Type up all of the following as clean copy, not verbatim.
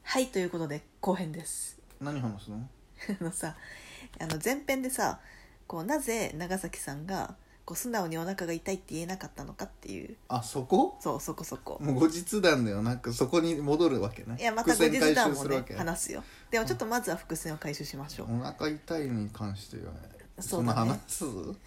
はい、ということで後編です。 何話すの？ 前編でさ、なぜ長崎さんが素直にお腹が痛いって言えなかったのかっていう。 あ、そこ？ そう、そこもう後日談だよ。なんかそこに戻るわけね。 いや、また後日談もね話すよ。でもちょっとまずは伏線を回収しましょう。 お腹痛いに関してはそうだね、 話す？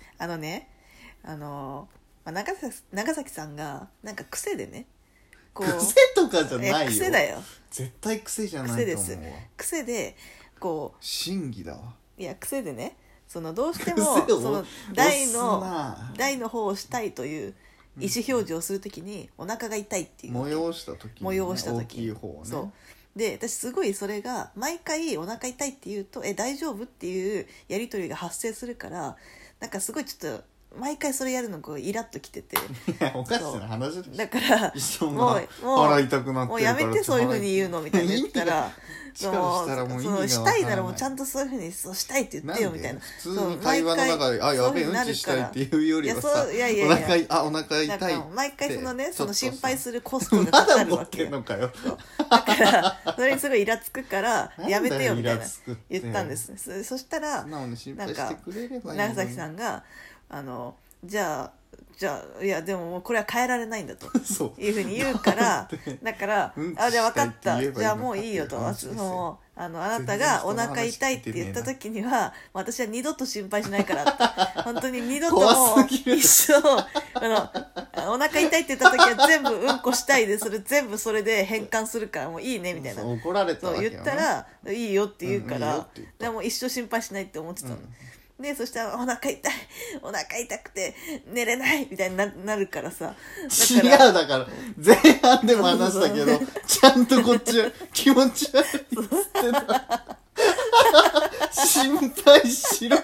長崎さんがなんか癖でね、 癖とかじゃないよ。 癖だよ。 絶対癖じゃないと思うわ。 癖です。癖で真偽だわ。 いや、癖でね、どうしてもその大の方をしたいという意思表示をするときにお腹が痛いっていう催した時、大きい方ね。 そうで、私すごいそれが毎回お腹痛いって言うと大丈夫っていうやり取りが発生するから、なんかすごいちょっと毎回それやるのイラッときてて、いやおかしな話だから腹痛くなってるからもうやめて、そういう風に言うのみたいな言ったらしたいならもうちゃんとそういう風にしたいって言ってよみたいな。 普通に会話の中でやべえうんちしたいっていうよりはさ、お腹痛い毎回その心配するコストがかかるわけよ。だからそれにすごいイラつくからやめてよみたいな言ったんです。そしたらなんか長崎さんがじゃあいやでももうこれは変えられないんだというふうに言うからだからじゃあ分かった、じゃあもういいよと、あなたがお腹痛いって言った時には私は二度と心配しないからって本当に二度とも一生お腹痛いって言った時は全部うんこしたいで、それ全部それで変換するからもういいねみたいな。 怒られたわけよね。 言ったらいいよって言うから、でも一生心配しないって思ってたの。でそしたらお腹痛くて寝れないみたいに なるからさ。 だから前半でも話したけどちゃんとこっちは気持ち悪いっつってた心配しろや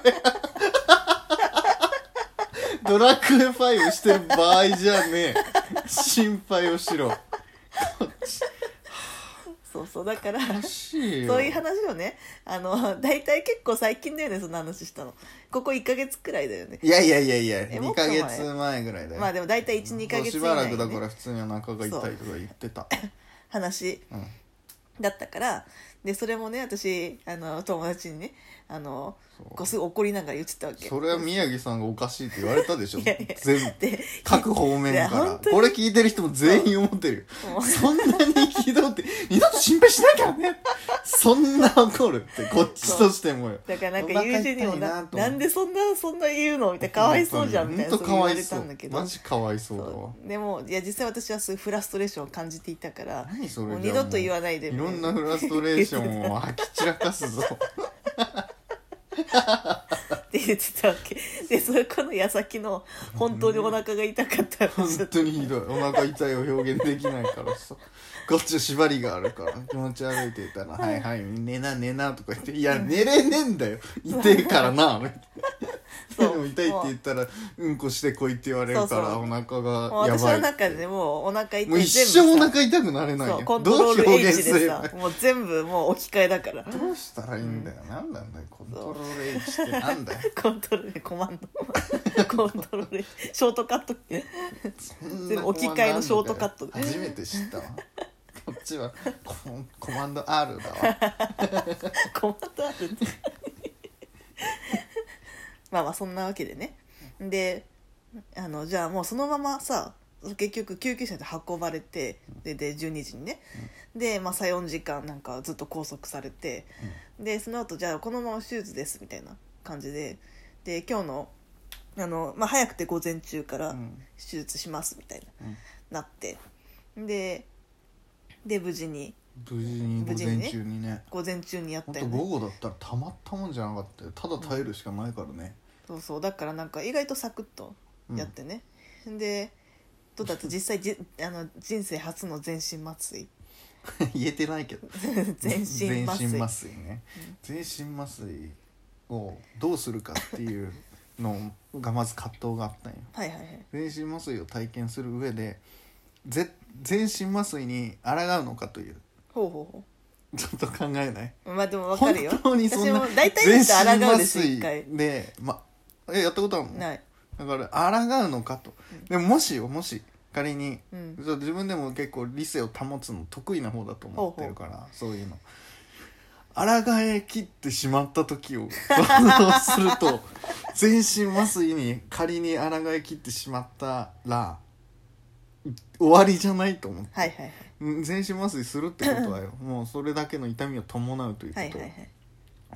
ドラクエ5してる場合じゃねえ、心配をしろ。 そうだからそういう話をね、大体結構最近だよね、そんな話したの。ここ1ヶ月くらいだよね。 いや2ヶ月前ぐらいだよ。 まあでも大体 1,2 ヶ月以内に、ね、 しばらくだから普通にお腹が痛いとか言ってた話だったから、でそれもね私友達にねすぐ怒りながら言ってたわけ。 それは宮城さんがおかしいって言われたでしょ。全部各方面からこれ聞いてる人も全員思ってるよ。そんなにひどって二度と心配しないからねそんな怒るってこっちとしてもよ。 だからなんか友人にもなんでそんな言うのみたいな、かわいそうじゃんみたいな言われたんだけど、 マジかわいそうだわ。 でもいや実際私はそういうフラストレーションを感じていたから、 何それもう二度と言わないでいろんなフラストレーションを吐き散らかすぞって言ってたわけで、それこの矢先の本当にお腹が痛かった本当にひどい。お腹痛いを表現できないからさこっちは縛りがあるから気持ち悪いって言ったらはいはい寝なとか言って、いや寝れねえんだよ痛えからなでも痛いって言ったらうんこしてこいって言われるからお腹がやばい。 私の中でもうお腹痛い、 もう一生お腹痛くなれないよ。 コントロール H でさもう全部もう置き換えだから。 どうしたらいいんだよ。なんなんだよコントロール H ってなんだよコントロールコマンドコントロールショートカット全部置き換えのショートカット初めて知ったわこっちはコマンド R だわコマンド R ってまあそんなわけでね。でじゃあもうそのままさ結局救急車で運ばれてで12時にね、で作4時間なんかずっと拘束されて、でその後じゃあこのまま手術ですみたいな感じで今日の早くて午前中から手術しますみたいな、なってで無事に午前中にね午前中にやったよね。 午後だったらたまったもんじゃなかったよ。ただ耐えるしかないからね、 そうだからなんか意外とサクッとやってね、でどうだって実際人生初の全身麻酔言えてないけど全身麻酔ね、全身麻酔をどうするかっていうのがまず葛藤があったんよ。全身麻酔を体験する上で全身麻酔に抗うのかというちょっと考えない？ まあでも分かるよ。 本当にそんな大体の人抗うでしょ一回でやったことあるの？ ない。 だから抗うのかと、でももし仮に、自分でも結構理性を保つの得意な方だと思ってるからそういうの抗えきってしまった時を想像すると全身麻酔に仮に抗いきってしまったら終わりじゃないと思って、 はいはいはい、全身麻酔するってことはよもうそれだけの痛みを伴うということ、はいはいはい、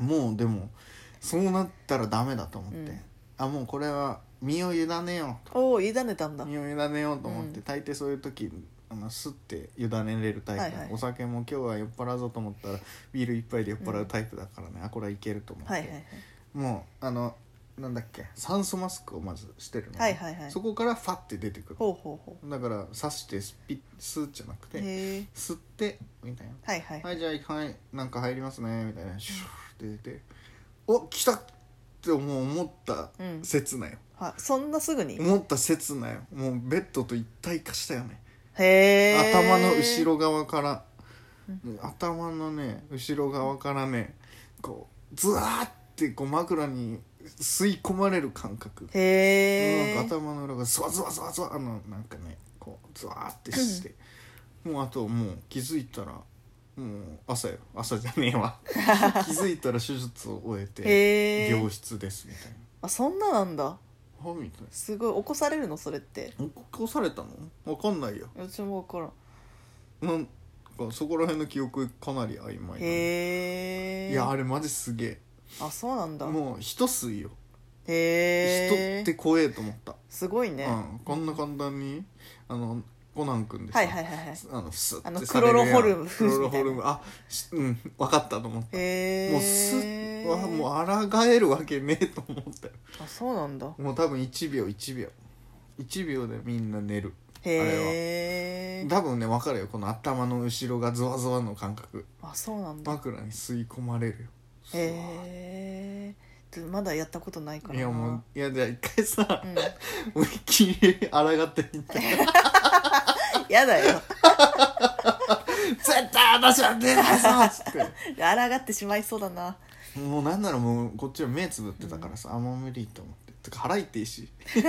もうでもそうなったらダメだと思って、もうこれは身を委ねようと委ねたんだ身を委ねようと思って、大抵そういう時スッて委ねれるタイプ、はいはい、お酒も今日は酔っ払うぞと思ったらビール一杯で酔っ払うタイプだからね、これはいけると思って、はいはいはい、もうなんだっけ酸素マスクをまずしてるの、 はいはいはい、 そこからファッて出てくる、 ほうほうほうだから刺して吸っじゃなくて吸ってみたいな、はいはい、はいじゃあはいなんか入りますねみたいなシューって出てお来たって思った刹那よ、 そんなすぐに思った刹那よもうベッドと一体化したよね頭の後ろ側から、頭のね後ろ側からねこうズワーってこう枕に吸い込まれる感覚なんか頭の裏がズワズワズワズワなんかねこうズワーってして、もうあともう気づいたらもう朝じゃねえわ気づいたら手術を終えて病室ですみたいなそんななんだみたいなすごい起こされるのそれって起こされたの分かんないよ私も分からんなんかそこら辺の記憶かなり曖昧いやあれマジすげえそうなんだもう一吸いよ人って怖えと思ったすごいね、 こんな簡単にコナン君でさ、はいはいはいはい、 スッてクロロホルム分かったと思った、もう抗えるわけねえと思ったよそうなんだもう多分1秒でみんな寝るあれは多分ね分かるよこの頭の後ろがゾワゾワの感覚そうなんだ枕に吸い込まれるよまだやったことないからな。 いやじゃあ一回さ、思いっきり抗ってみたやだよ絶対私は出ないぞっつって抗ってしまいそうだなもうなんならもうこっちは目つぶってたからさ、もう無理と思っててか腹痛いし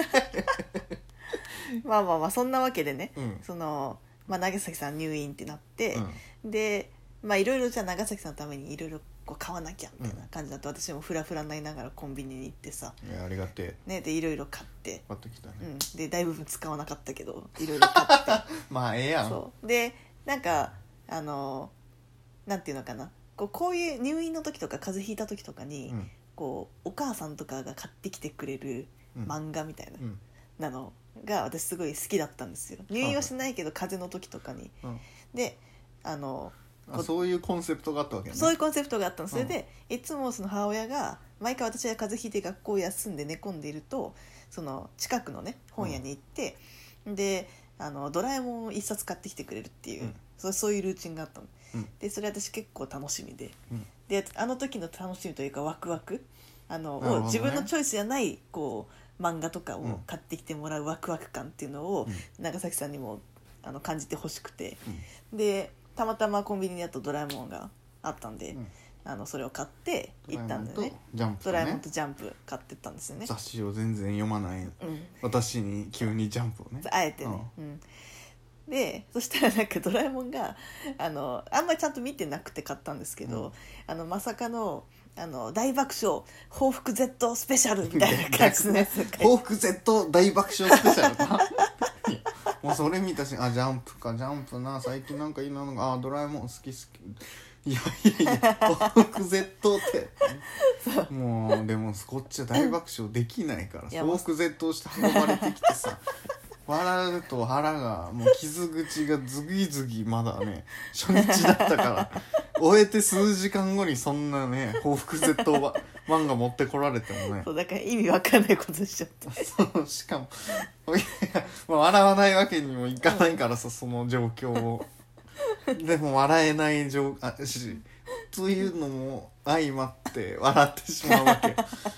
まあそんなわけでね、長崎さん入院ってなって、でいろいろじゃあ長崎さんのためにいろいろ買わなきゃみたいな感じだと、私もフラフラになりながらコンビニに行ってさ、 ありがてえ、でいろいろ買ってきたね、 で大部分使わなかったけどいろいろ買ってええやんそうでなんかなんていうのかなこういう入院の時とか風邪ひいた時とかに、お母さんとかが買ってきてくれる漫画みたいな、なのが私すごい好きだったんですよ。入院はしないけど風邪の時とかに、でそういうコンセプトがあったわけね。 そういうコンセプトがあったの。それで、いつもその母親が毎回私が風邪ひいて学校を休んで寝込んでいるとその近くのね本屋に行って、でドラえもんを一冊買ってきてくれるっていう、そういうルーチンがあったの、でそれ私結構楽しみで、であの時の楽しみというかワクワクを自分のチョイスじゃない漫画とかを買ってきてもらうワクワク感っていうのを長崎さんにも感じてほしくて、でたまたまコンビニにあったドラえもんがあったんで、それを買って行ったんだよね。ドラえもんとジャンプ買ってったんですよね。 雑誌を全然読まない、私に急にジャンプをねあえてね、でそしたらなんかドラえもんがあんまりちゃんと見てなくて買ったんですけど、まさかの大爆笑報復 Z スペシャルみたいな感じのやつ報復 Z 大爆笑スペシャルかもうそれ見たしジャンプな最近なんかいいなのがドラえもん好きいや報復 Z ってもうでもこっちは大爆笑できないから報復 Z をして運ばれてきてさ笑うと腹がもう傷口がズギズギまだね初日だったから終えて数時間後にそんなね報復 Z 漫画持ってこられてもねそうだから意味わかんないことしちゃったそうしかも笑わないわけにもいかないからさ、その状況をでも笑えないというのも相まって笑ってしまうわけ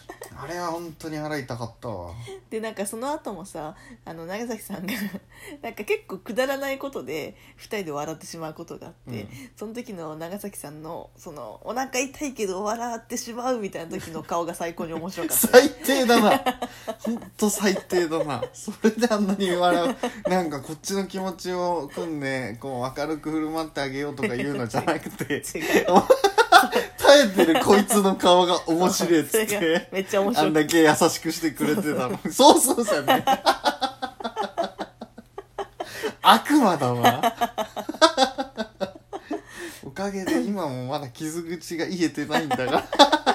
あれは本当に洗いたかったわ。 でなんかその後もさ長崎さんがなんか結構くだらないことで2人で笑ってしまうことがあって、その時の長崎さんのそのお腹痛いけど笑ってしまうみたいな時の顔が最高に面白かった最低だな本当最低だな。それであんなに笑うなんかこっちの気持ちを組んでこう明るく振る舞ってあげようとか言うのじゃなくて耐えてるこいつの顔が面白いっつってめっちゃ面白い。 あんだけ優しくしてくれてたのそうじゃね悪魔だなおかげで今もまだ傷口が癒えてないんだが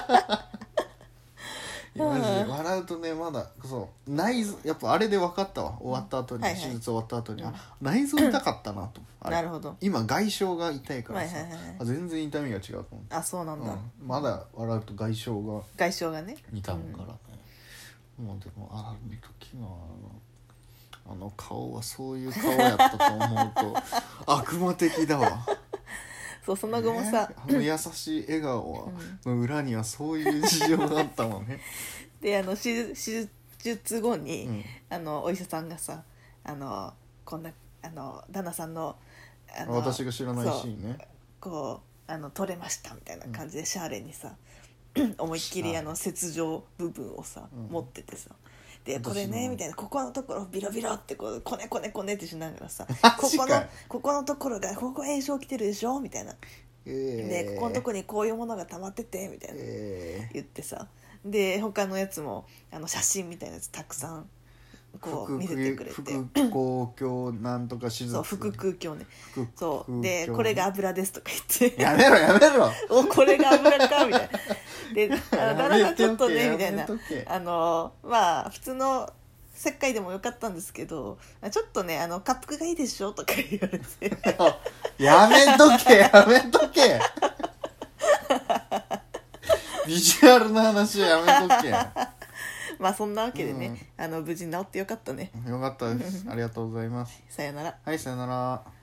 マジで笑うとねまだそう内臓やっぱあれで分かったわ終わった後に、手術終わった後に内臓痛かったなとなるほど。 今外傷が痛いからさ、全然痛みが違うと思って。 あそうなんだ、 まだ笑うと外傷がね痛むからね、もうでもあの時のあの顔はそういう顔やったと思うと悪魔的だわそうその後もさ、 あの優しい笑顔の裏にはそういう事情があったもんねで手術後に、お医者さんがさこんな旦那さんの私が知らないシーンねこう取れましたみたいな感じでシャーレにさ、思いっきり切状部分をさ、持っててさでこれねみたいなここのところビロビロってこうこねってしながらさここのところがここ炎症きてるでしょみたいな、でここのところにこういうものが溜まっててみたいな、言ってさで他のやつも写真みたいなやつたくさんこう見せてくれて腹腔鏡なんとか手術そう腹腔鏡ねそうでこれが油ですとか言ってやめろおこれが油かみたいなで旦那さんちょっとねみたいなまあ普通の切開でもよかったんですけどちょっとね滑腹がいいでしょとか言われてやめとけビジュアルの話はやめとけまあそんなわけでね、無事に治ってよかったね。 よかったですありがとうございますさよなら。 はいさよなら。